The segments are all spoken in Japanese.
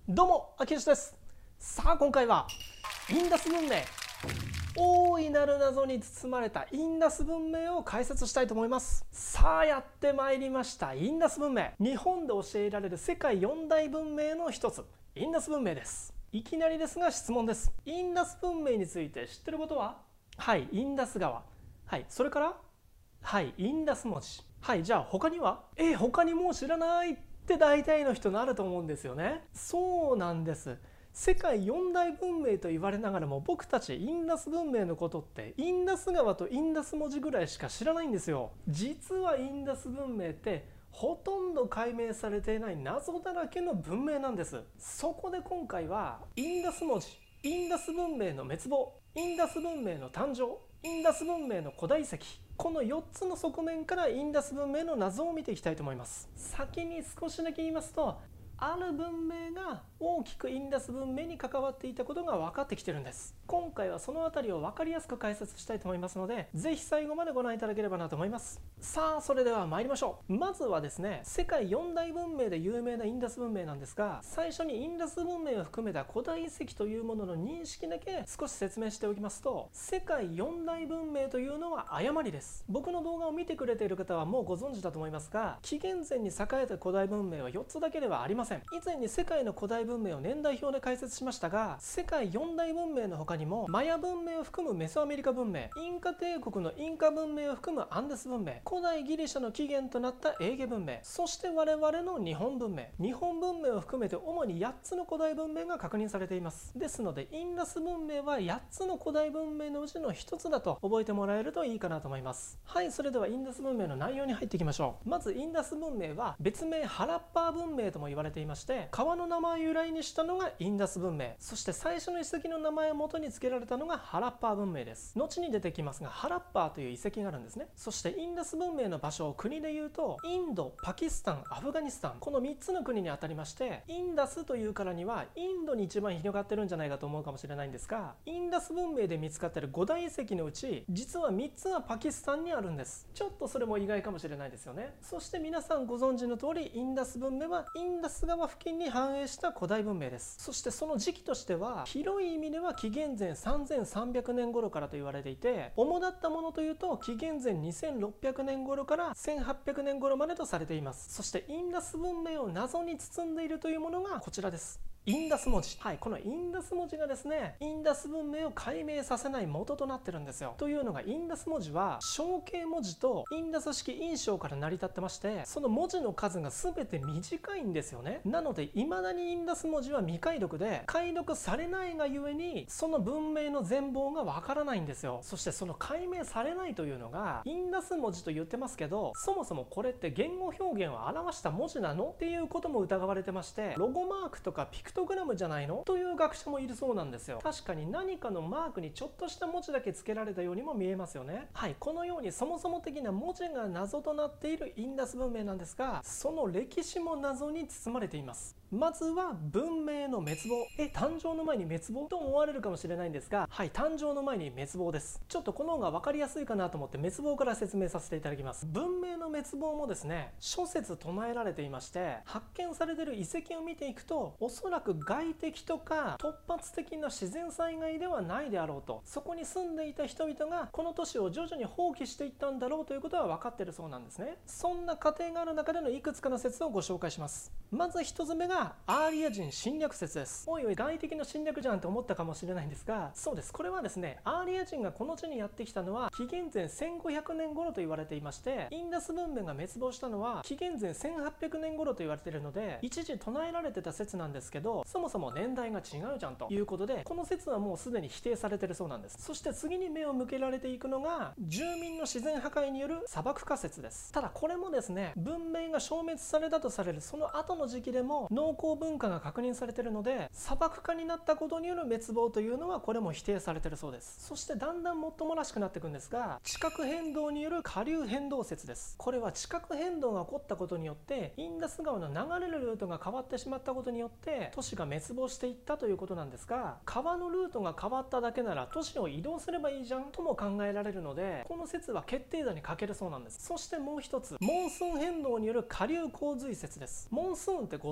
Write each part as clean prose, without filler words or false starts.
どうも、あきよしです。さあ、今回はインダス文明、大いなる謎に包まれたインダス文明を解説したいと思います。さあ、やってまいりました。インダス文明、日本で教えられる世界四大文明の一つ、インダス文明です。いきなりですが質問です。インダス文明について知ってることは？はい、インダス川。はい、それからはい、インダス文字。はい、じゃあ他には？他にもう知らないって大体の人なると思うんですよね。そうなんです。世界四大文明と言われながらも、僕たちインダス文明のことってインダス川とインダス文字ぐらいしか知らないんですよ。実はインダス文明ってほとんど解明されていない謎だらけの文明なんです。そこで今回はインダス文字、インダス文明の滅亡、インダス文明の誕生、インダス文明の古代遺跡、この4つの側面からインダス文明の謎を見ていきたいと思います。先に少しだけ言いますと、ある文明が大きくインダス文明に関わっていたことが分かってきてるんです。今回はそのあたりを分かりやすく解説したいと思いますので、ぜひ最後までご覧いただければなと思います。さあ、それでは参りましょう。まずはですね、世界四大文明で有名なインダス文明なんですが、最初にインダス文明を含めた古代遺跡というものの認識だけ少し説明しておきますと、世界四大文明というのは誤りです。僕の動画を見てくれている方はもうご存知だと思いますが、紀元前に栄えた古代文明は4つだけではありません。以前に世界の古代文明を年代表で解説しましたが、世界四大文明の他にもマヤ文明を含むメソアメリカ文明、インカ帝国のインカ文明を含むアンデス文明、古代ギリシャの起源となったエーゲ文明、そして我々の日本文明、日本文明を含めて主に8つの古代文明が確認されています。ですのでインダス文明は8つの古代文明のうちの1つだと覚えてもらえるといいかなと思います。はい、それではインダス文明の内容に入っていきましょう。まずインダス文明は別名ハラッパー文明とも言われていまして、川の名前を由来にしたのがインダス文明、そして最初の遺跡の名前を元に付けられたのがハラッパー文明です。後に出てきますが、ハラッパーという遺跡があるんですね。そしてインダス文明の場所を国で言うと、インド、パキスタン、アフガニスタン、この3つの国にあたりまして、インダスというからにはインドに一番広がってるんじゃないかと思うかもしれないんですが、インダス文明で見つかっている5大遺跡のうち実は3つはパキスタンにあるんです。ちょっとそれも意外かもしれないですよね。そして皆さんご存知の通り、インダス文明はインダス川付近に繁栄した古代文明です。そしてその時期としては広い意味では紀元前3300年頃からと言われていて、主だったものというと紀元前2600年頃から1800年頃までとされています。そしてインダス文明を謎に包んでいるというものがこちらです。インダス文字。はい、このインダス文字がですね、インダス文明を解明させない元となってるんですよ。というのが、インダス文字は象形文字とインダス式印象から成り立ってまして、その文字の数が全て短いんですよね。なので未だにインダス文字は未解読で、解読されないがゆえにその文明の全貌がわからないんですよ。そしてその解明されないというのが、インダス文字と言ってますけど、そもそもこれって言語表現を表した文字なのっていうことも疑われてまして、ロゴマークとかピクトグラムじゃないのという学者もいるそうなんですよ。確かに何かのマークにちょっとした文字だけ付けられたようにも見えますよね。はい、このようにそもそも的な文字が謎となっているインダス文明なんですが、その歴史も謎に包まれています。まずは文明の滅亡。誕生の前に滅亡と思われるかもしれないんですが、はい、誕生の前に滅亡です。ちょっとこの方が分かりやすいかなと思って滅亡から説明させていただきます。文明の滅亡もですね、諸説唱えられていまして、発見されている遺跡を見ていくと、おそらく外敵とか突発的な自然災害ではないであろうと、そこに住んでいた人々がこの都市を徐々に放棄していったんだろうということは分かっているそうなんですね。そんな過程がある中でのいくつかの説をご紹介します。まず一つ目がアーリア人侵略説です。おいおい、外敵の侵略じゃんって思ったかもしれないんですが、そうです。これはですね、アーリア人がこの地にやってきたのは紀元前1500年頃と言われていまして、インダス文明が滅亡したのは紀元前1800年頃と言われているので、一時唱えられてた説なんですけど、そもそも年代が違うじゃんということで、この説はもうすでに否定されているそうなんです。そして次に目を向けられていくのが住民の自然破壊による砂漠化説です。ただこれもですね、文明が消滅されたとされるその後の時期でも農耕文化が確認されているので、砂漠化になったことによる滅亡というのはこれも否定されているそうです。そしてだんだんもっともらしくなっていくんですが、地殻変動による下流変動説です。これは地殻変動が起こったことによってインダス川の流れるルートが変わってしまったことによって都市が滅亡していったということなんですが、川のルートが変わっただけなら都市を移動すればいいじゃんとも考えられるので、この説は決定打に欠けるそうなんです。そしてもう一つ、モンスーン変動による下流洪水説です。モンスーンってご存知ですか？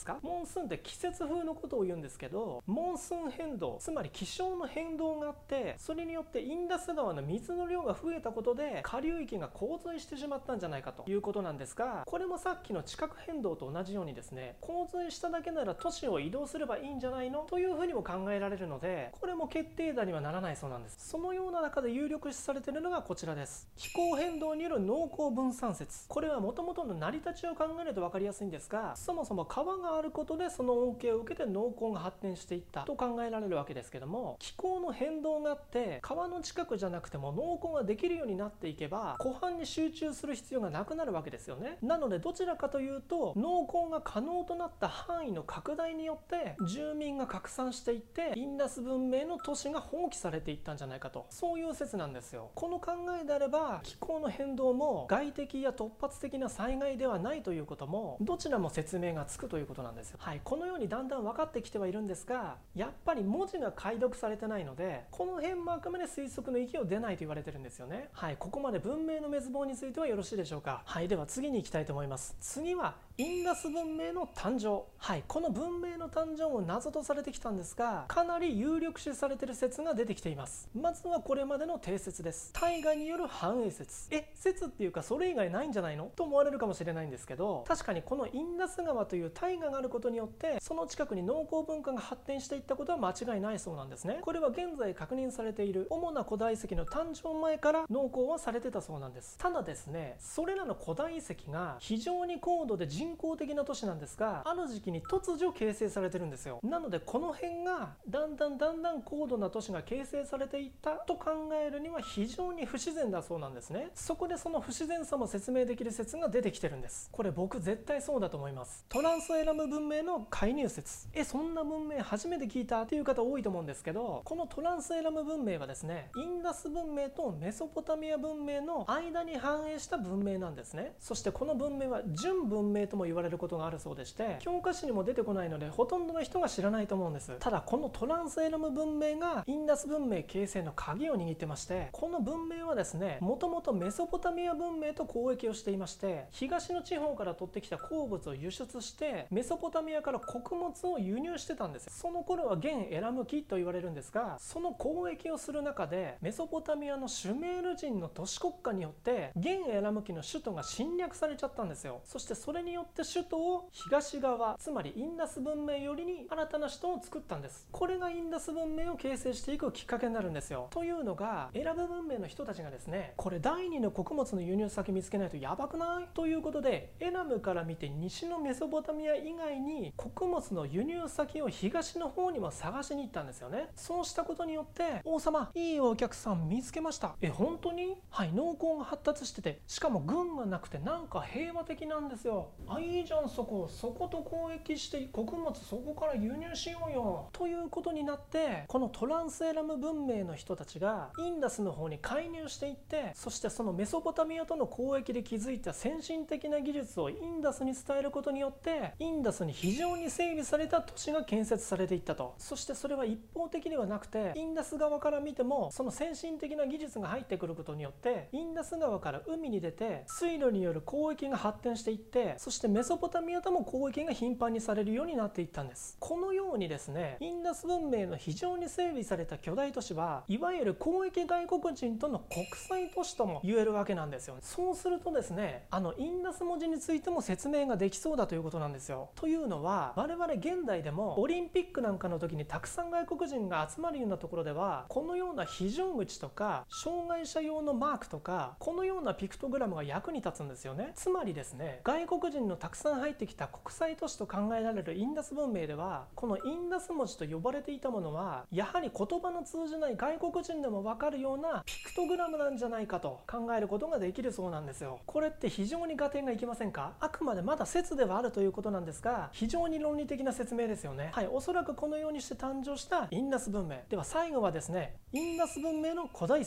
か？モンスーンって季節風のことを言うんですけど、モンスーン変動、つまり気象の変動があって、それによってインダス川の水の量が増えたことで下流域が洪水してしまったんじゃないかということなんですが、これもさっきの地殻変動と同じようにですね、洪水しただけなら都市を移動すればいいんじゃないのというふうにも考えられるので、これも決定打にはならないそうなんです。そのような中で有力視されているのがこちらです。気候変動による農耕分散説。これは元々の成り立ちを考えると分かりやすいんですが、そもそも川があることでその恩恵を受けて農耕が発展していったと考えられるわけですけども、気候の変動があって川の近くじゃなくても農耕ができるようになっていけば湖畔に集中する必要がなくなるわけですよね。なのでどちらかというと農耕が可能となった範囲の拡大によって住民が拡散していってインダス文明の都市が放棄されていったんじゃないかと、そういう説なんですよ。この考えであれば気候の変動も外的や突発的な災害ではないということもどちらも説明がつくということなんですよ。はい、このようにだんだん分かってきてはいるんですが、やっぱり文字が解読されてないのでこの辺もあくまで推測の域を出ないと言われてるんですよね。はい、ここまで文明の滅亡についてはよろしいでしょうか。はい、では次に行きたいと思います。次はインダス文明の誕生。はい、この文明の誕生も謎とされてきたんですが、かなり有力視されている説が出てきています。まずはこれまでの定説です。大河による繁栄説。説っていうかそれ以外ないんじゃないのと思われるかもしれないんですけど、確かにこのインダス川という大河があることによってその近くに農耕文化が発展していったことは間違いないそうなんですね。これは現在確認されている主な古代遺跡の誕生前から農耕はされてたそうなんです。ただですね、それらの古代遺跡が非常に高度で人工的な都市なんですが、ある時期に突如形成されてるんですよ。なのでこの辺がだんだん高度な都市が形成されていったと考えるには非常に不自然だそうなんですね。そこでその不自然さも説明できる説が出てきてるんです。これ僕絶対そうだと思います。トランスエラム文明の介入説。そんな文明初めて聞いたっていう方多いと思うんですけど、このトランスエラム文明はですね、インダス文明とメソポタミア文明の間に繁栄した文明なんですね。そしてこの文明は準文明とも言われることがあるそうでして、教科書にも出てこないのでほとんどの人が知らないと思うんです。ただこのトランスエラム文明がインダス文明形成の鍵を握ってまして、この文明はですね、もともとメソポタミア文明と交易をしていまして、東の地方から取ってきた鉱物を輸出してメソポタミアから穀物を輸入してたんですよ。その頃は現エラム紀と言われるんですが、その交易をする中でメソポタミアのシュメール人の都市国家によって現エラム紀の首都が侵略されちゃったんですよ。そしてそれによって首都を東側、つまりインダス文明よりに新たな首都を作ったんです。これがインダス文明を形成していくきっかけになるんですよ。というのがエラム文明の人たちがですね、これ第2の穀物の輸入先見つけないとやばくないということで、エラムから見て西のメソポタミア以外に穀物の輸入先を東の方にも探しに行ったんですよね。そうしたことによって、王様いいお客さん見つけました。本当に？はい、農耕が発達してて、しかも軍がなくてなんか平和的なんですよ。いいじゃん、そこと交易して穀物そこから輸入しようよということになって、このトランスエラム文明の人たちがインダスの方に介入していって、そしてそのメソポタミアとの交易で築いた先進的な技術をインダスに伝えることによって、インダスに非常に整備された都市が建設されていったと。そしてそれは一方的ではなくて、インダス側から見てもその先進的な技術が入ってくることによって、インダス川から海に出て水路による交易が発展していって、そしてメソポタミアとも交易が頻繁にされるようになっていったんです。このようにですね、インダス文明の非常に整備された巨大都市はいわゆる交易外国人との国際都市とも言えるわけなんですよ。そうするとですね、インダス文字についても説明ができそうだということなんですよ。というのは、我々現代でもオリンピックなんかの時にたくさん外国人が集まるようなところでは、このような非常口とか障害者用のマークとか、このようなピクトグラムが役に立つんですよね。つまりですね、外国人のたくさん入ってきた国際都市と考えられるインダス文明では、このインダス文字と呼ばれていたものはやはり言葉の通じない外国人でも分かるようなピクトグラムなんじゃないかと考えることができるそうなんですよ。これって非常に合点がいきませんか？あくまでまだ説ではあるということなんですが、非常に論理的な説明ですよね。はい、おそらくこのようにして誕生したインダス文明では、最後はですね、インダス文明の古代遺跡。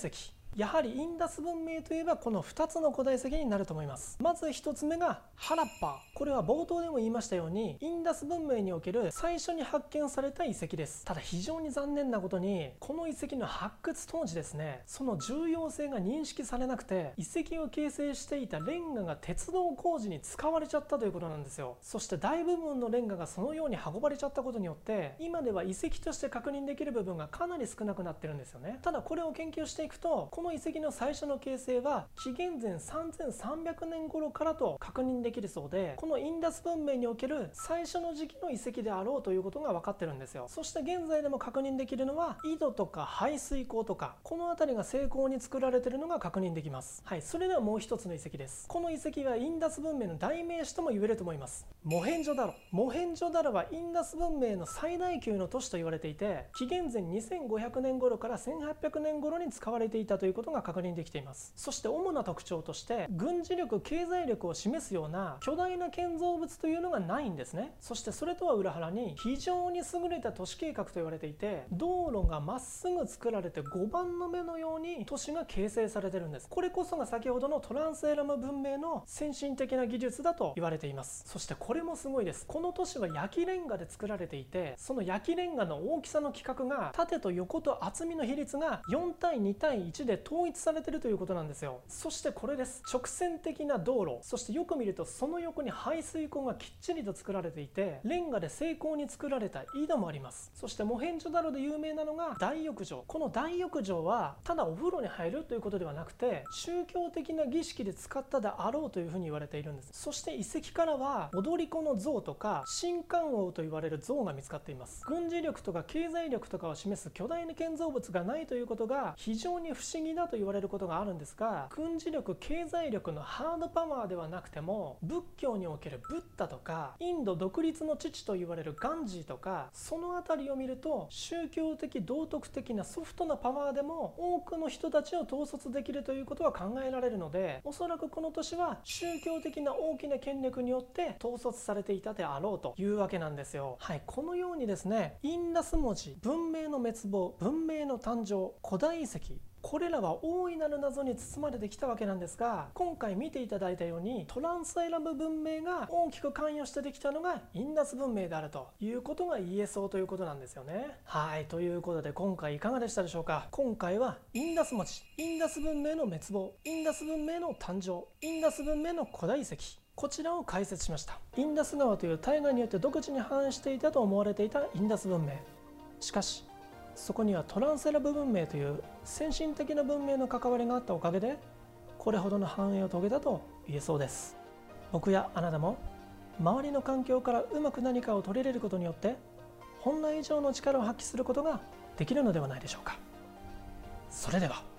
やはりインダス文明といえばこの2つの古代遺跡になると思います。まず1つ目がハラッパー。これは冒頭でも言いましたようにインダス文明における最初に発見された遺跡です。ただ非常に残念なことにこの遺跡の発掘当時ですね、その重要性が認識されなくて、遺跡を形成していたレンガが鉄道工事に使われちゃったということなんですよ。そして大部分のレンガがそのように運ばれちゃったことによって今では遺跡として確認できる部分がかなり少なくなってるんですよね。ただこれを研究していくとこの遺跡の最初の形成は紀元前3300年頃からと確認できるそうで、このインダス文明における最初の時期の遺跡であろうということが分かってるんですよ。そして現在でも確認できるのは井戸とか排水溝とかこの辺りが精巧に作られているのが確認できます。はい、それではもう一つの遺跡です。この遺跡はインダス文明の代名詞とも言えると思います。モヘンジョダロ。モヘンジョダロはインダス文明の最大級の都市と言われていて、紀元前2500年頃から1800年頃に使われていたということが確認できています。そして主な特徴として軍事力経済力を示すような巨大な建造物というのがないんですね。そしてそれとは裏腹に非常に優れた都市計画と言われていて、道路がまっすぐ作られて5番の目のように都市が形成されてるんです。これこそが先ほどのトランスエラム文明の先進的な技術だと言われています。そしてこれもすごいです。この都市は焼きレンガで作られていて、その焼きレンガの大きさの規格が縦と横と厚みの比率が4対2対1で統一されているということなんですよ。そしてこれです。直線的な道路、そしてよく見るとその横に排水溝がきっちりと作られていて、レンガで精巧に作られた井戸もあります。そしてモヘンジョダロで有名なのが大浴場。この大浴場はただお風呂に入るということではなくて宗教的な儀式で使ったであろうというふうに言われているんです。そして遺跡からは踊り子の像とか神官王と言われる像が見つかっています。軍事力とか経済力とかを示す巨大な建造物がないということが非常に不思議だと言われることがあるんですが、軍事力経済力のハードパワーではなくても仏教におけるブッダとかインド独立の父と言われるガンジーとかその辺りを見ると宗教的道徳的なソフトなパワーでも多くの人たちを統率できるということは考えられるので、おそらくこの都市は宗教的な大きな権力によって統率されていたであろうというわけなんですよ。はい、このようにですね、インダス文字、文明の滅亡、文明の誕生、古代遺跡、これらは大いなる謎に包まれてきたわけなんですが、今回見ていただいたようにトランスエラム文明が大きく関与してできたのがインダス文明であるということが言えそうということなんですよね。はい、ということで今回いかがでしたでしょうか。今回はインダス文字、インダス文明の滅亡、インダス文明の誕生、インダス文明の古代遺跡、こちらを解説しました。インダス川という大河によって独自に繁栄していたと思われていたインダス文明。しかしそこにはトランスエラム文明という先進的な文明の関わりがあったおかげでこれほどの繁栄を遂げたと言えそうです。僕やあなたも周りの環境からうまく何かを取り入れることによって本来以上の力を発揮することができるのではないでしょうか。それでは。